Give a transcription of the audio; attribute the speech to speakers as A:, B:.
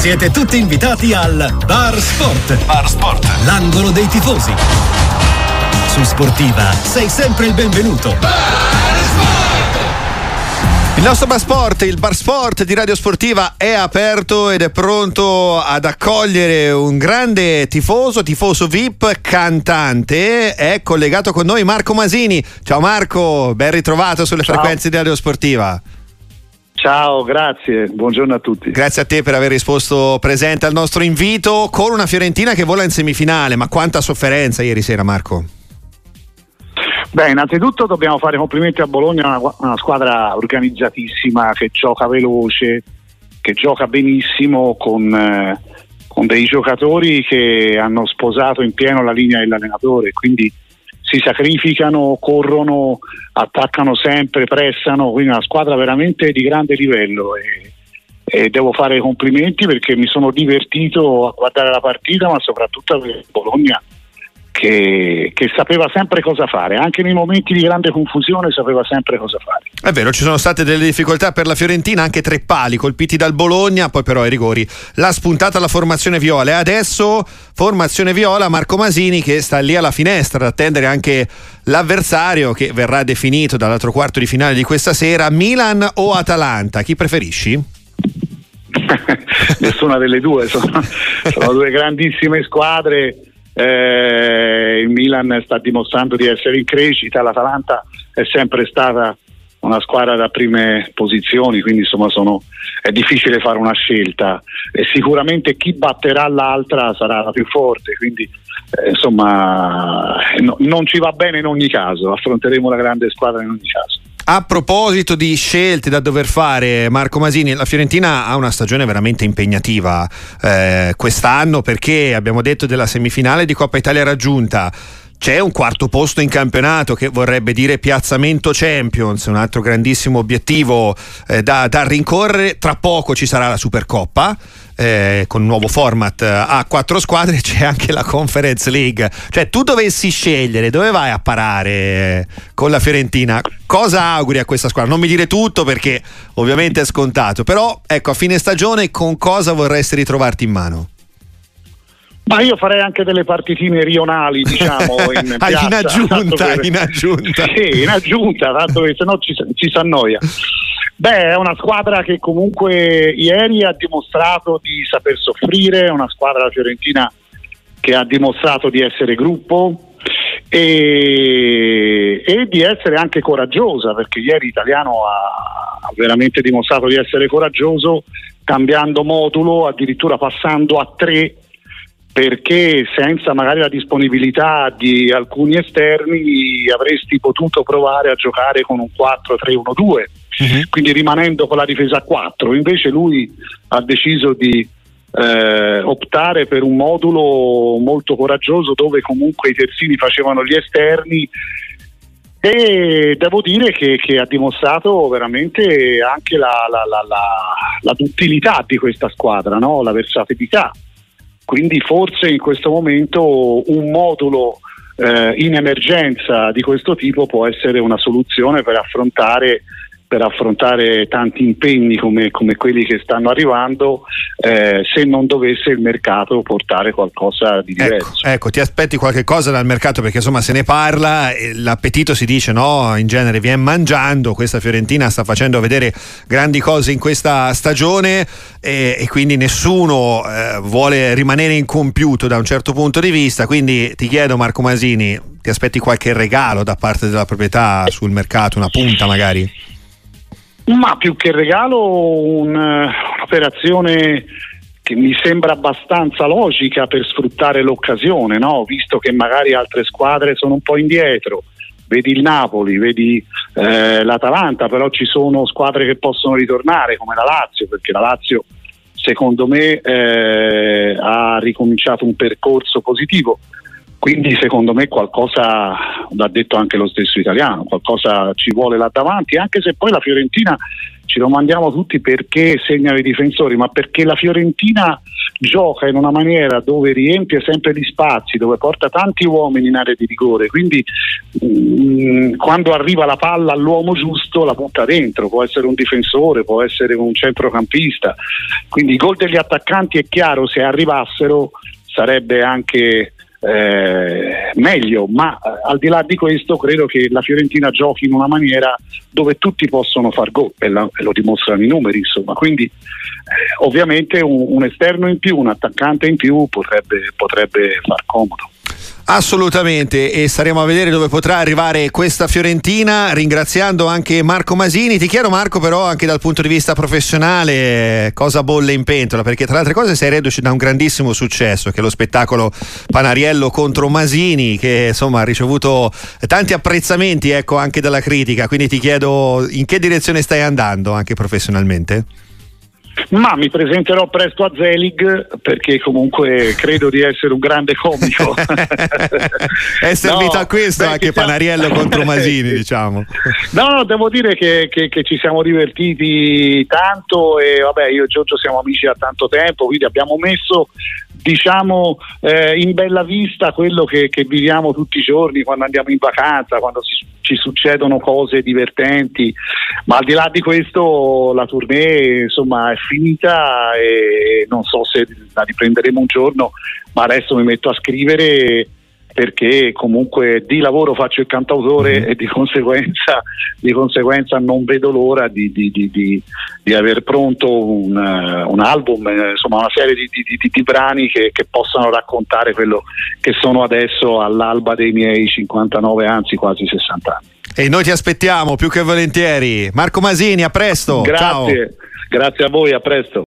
A: Siete tutti invitati al Bar Sport.
B: Bar Sport,
A: l'angolo dei tifosi. Su Sportiva sei sempre il benvenuto.
C: Il nostro Bar Sport, il Bar Sport di Radio Sportiva è aperto ed è pronto ad accogliere un grande tifoso VIP, cantante. È collegato con noi Marco Masini. Ciao Marco, ben ritrovato sulle frequenze di Radio Sportiva.
D: Ciao, grazie, buongiorno a tutti.
C: Grazie a te per aver risposto presente al nostro invito con una Fiorentina che vola in semifinale. Ma quanta sofferenza ieri sera, Marco.
D: Beh, innanzitutto dobbiamo fare complimenti a Bologna, una squadra organizzatissima che gioca veloce, che gioca benissimo con dei giocatori che hanno sposato in pieno la linea dell'allenatore, quindi si sacrificano, corrono, attaccano sempre, pressano, quindi una squadra veramente di grande livello e devo fare complimenti perché mi sono divertito a guardare la partita, ma soprattutto a vedere Bologna che sapeva sempre cosa fare, anche nei momenti di grande confusione sapeva sempre cosa fare.
C: È vero, ci sono state delle difficoltà per la Fiorentina, anche 3 pali colpiti dal Bologna, poi però ai rigori l'ha spuntata la formazione viola e adesso formazione viola, Marco Masini che sta lì alla finestra ad attendere anche l'avversario che verrà definito dall'altro quarto di finale di questa sera. Milan o Atalanta, chi preferisci?
D: Nessuna delle due, sono 2 grandissime squadre. Il Milan sta dimostrando di essere in crescita, l'Atalanta è sempre stata una squadra da prime posizioni, quindi insomma è difficile fare una scelta e sicuramente chi batterà l'altra sarà la più forte, quindi non ci va bene in ogni caso, affronteremo la grande squadra in ogni caso.
C: A proposito di scelte da dover fare, Marco Masini, la Fiorentina ha una stagione veramente impegnativa quest'anno, perché abbiamo detto della semifinale di Coppa Italia raggiunta, c'è un 4º posto in campionato che vorrebbe dire piazzamento Champions, un altro grandissimo obiettivo da rincorrere. Tra poco ci sarà la Supercoppa con un nuovo format a 4 squadre, c'è anche la Conference League. Cioè, tu dovessi scegliere dove vai a parare con la Fiorentina, cosa auguri a questa squadra? Non mi dire tutto perché ovviamente è scontato, però ecco, a fine stagione con cosa vorresti ritrovarti in mano?
D: Ma io farei anche delle partitine rionali, diciamo, in piazza.
C: in aggiunta.
D: Sì, in aggiunta, tanto che sennò ci si annoia. Beh, è una squadra che comunque ieri ha dimostrato di saper soffrire, è una squadra, la Fiorentina, che ha dimostrato di essere gruppo e di essere anche coraggiosa, perché ieri Italiano ha veramente dimostrato di essere coraggioso, cambiando modulo, addirittura passando a 3, perché senza magari la disponibilità di alcuni esterni avresti potuto provare a giocare con un 4-3-1-2, quindi rimanendo con la difesa a 4. Invece lui ha deciso di optare per un modulo molto coraggioso, dove comunque i terzini facevano gli esterni, e devo dire che ha dimostrato veramente anche la duttilità di questa squadra, no? La versatilità. Quindi forse in questo momento un modulo in emergenza di questo tipo può essere una soluzione per affrontare tanti impegni come quelli che stanno arrivando, se non dovesse il mercato portare qualcosa di diverso.
C: Ecco, ti aspetti qualche cosa dal mercato, perché insomma se ne parla, l'appetito si dice, no? In genere viene mangiando. Questa Fiorentina sta facendo vedere grandi cose in questa stagione e quindi nessuno vuole rimanere incompiuto da un certo punto di vista, quindi ti chiedo, Marco Masini, ti aspetti qualche regalo da parte della proprietà sul mercato, una punta magari?
D: Ma più che regalo, un'operazione che mi sembra abbastanza logica per sfruttare l'occasione, no? Visto che magari altre squadre sono un po' indietro, vedi il Napoli, vedi l'Atalanta, però ci sono squadre che possono ritornare come la Lazio, perché la Lazio secondo me ha ricominciato un percorso positivo. Quindi secondo me qualcosa, l'ha detto anche lo stesso Italiano, qualcosa ci vuole là davanti, anche se poi la Fiorentina ci domandiamo tutti perché segnano i difensori, ma perché la Fiorentina gioca in una maniera dove riempie sempre gli spazi, dove porta tanti uomini in area di rigore, quindi quando arriva la palla all'uomo giusto la butta dentro, può essere un difensore, può essere un centrocampista, quindi i gol degli attaccanti, è chiaro, se arrivassero sarebbe anche meglio, ma al di là di questo credo che la Fiorentina giochi in una maniera dove tutti possono far gol e lo dimostrano i numeri, insomma, quindi ovviamente un esterno in più, un attaccante in più potrebbe far comodo.
C: Assolutamente, e staremo a vedere dove potrà arrivare questa Fiorentina, ringraziando anche Marco Masini. Ti chiedo, Marco, però anche dal punto di vista professionale cosa bolle in pentola, perché tra le altre cose sei reduce da un grandissimo successo che è lo spettacolo Panariello contro Masini, che insomma ha ricevuto tanti apprezzamenti, ecco, anche dalla critica, quindi ti chiedo in che direzione stai andando anche professionalmente?
D: Ma mi presenterò presto a Zelig, perché comunque credo di essere un grande comico.
C: È servito a questo anche Panariello contro Masini, diciamo.
D: No, devo dire che ci siamo divertiti tanto e vabbè, io e Giorgio siamo amici da tanto tempo, quindi abbiamo messo, diciamo, in bella vista quello che viviamo tutti i giorni quando andiamo in vacanza, quando ci succedono cose divertenti, ma al di là di questo la tournée insomma è finita e non so se la riprenderemo un giorno, ma adesso mi metto a scrivere perché comunque di lavoro faccio il cantautore e di conseguenza non vedo l'ora di aver pronto un album, insomma una serie di brani che possano raccontare quello che sono adesso all'alba dei miei 59, anzi quasi 60 anni.
C: E noi ti aspettiamo più che volentieri. Marco Masini, a presto.
D: Grazie,
C: ciao.
D: Grazie a voi, a presto.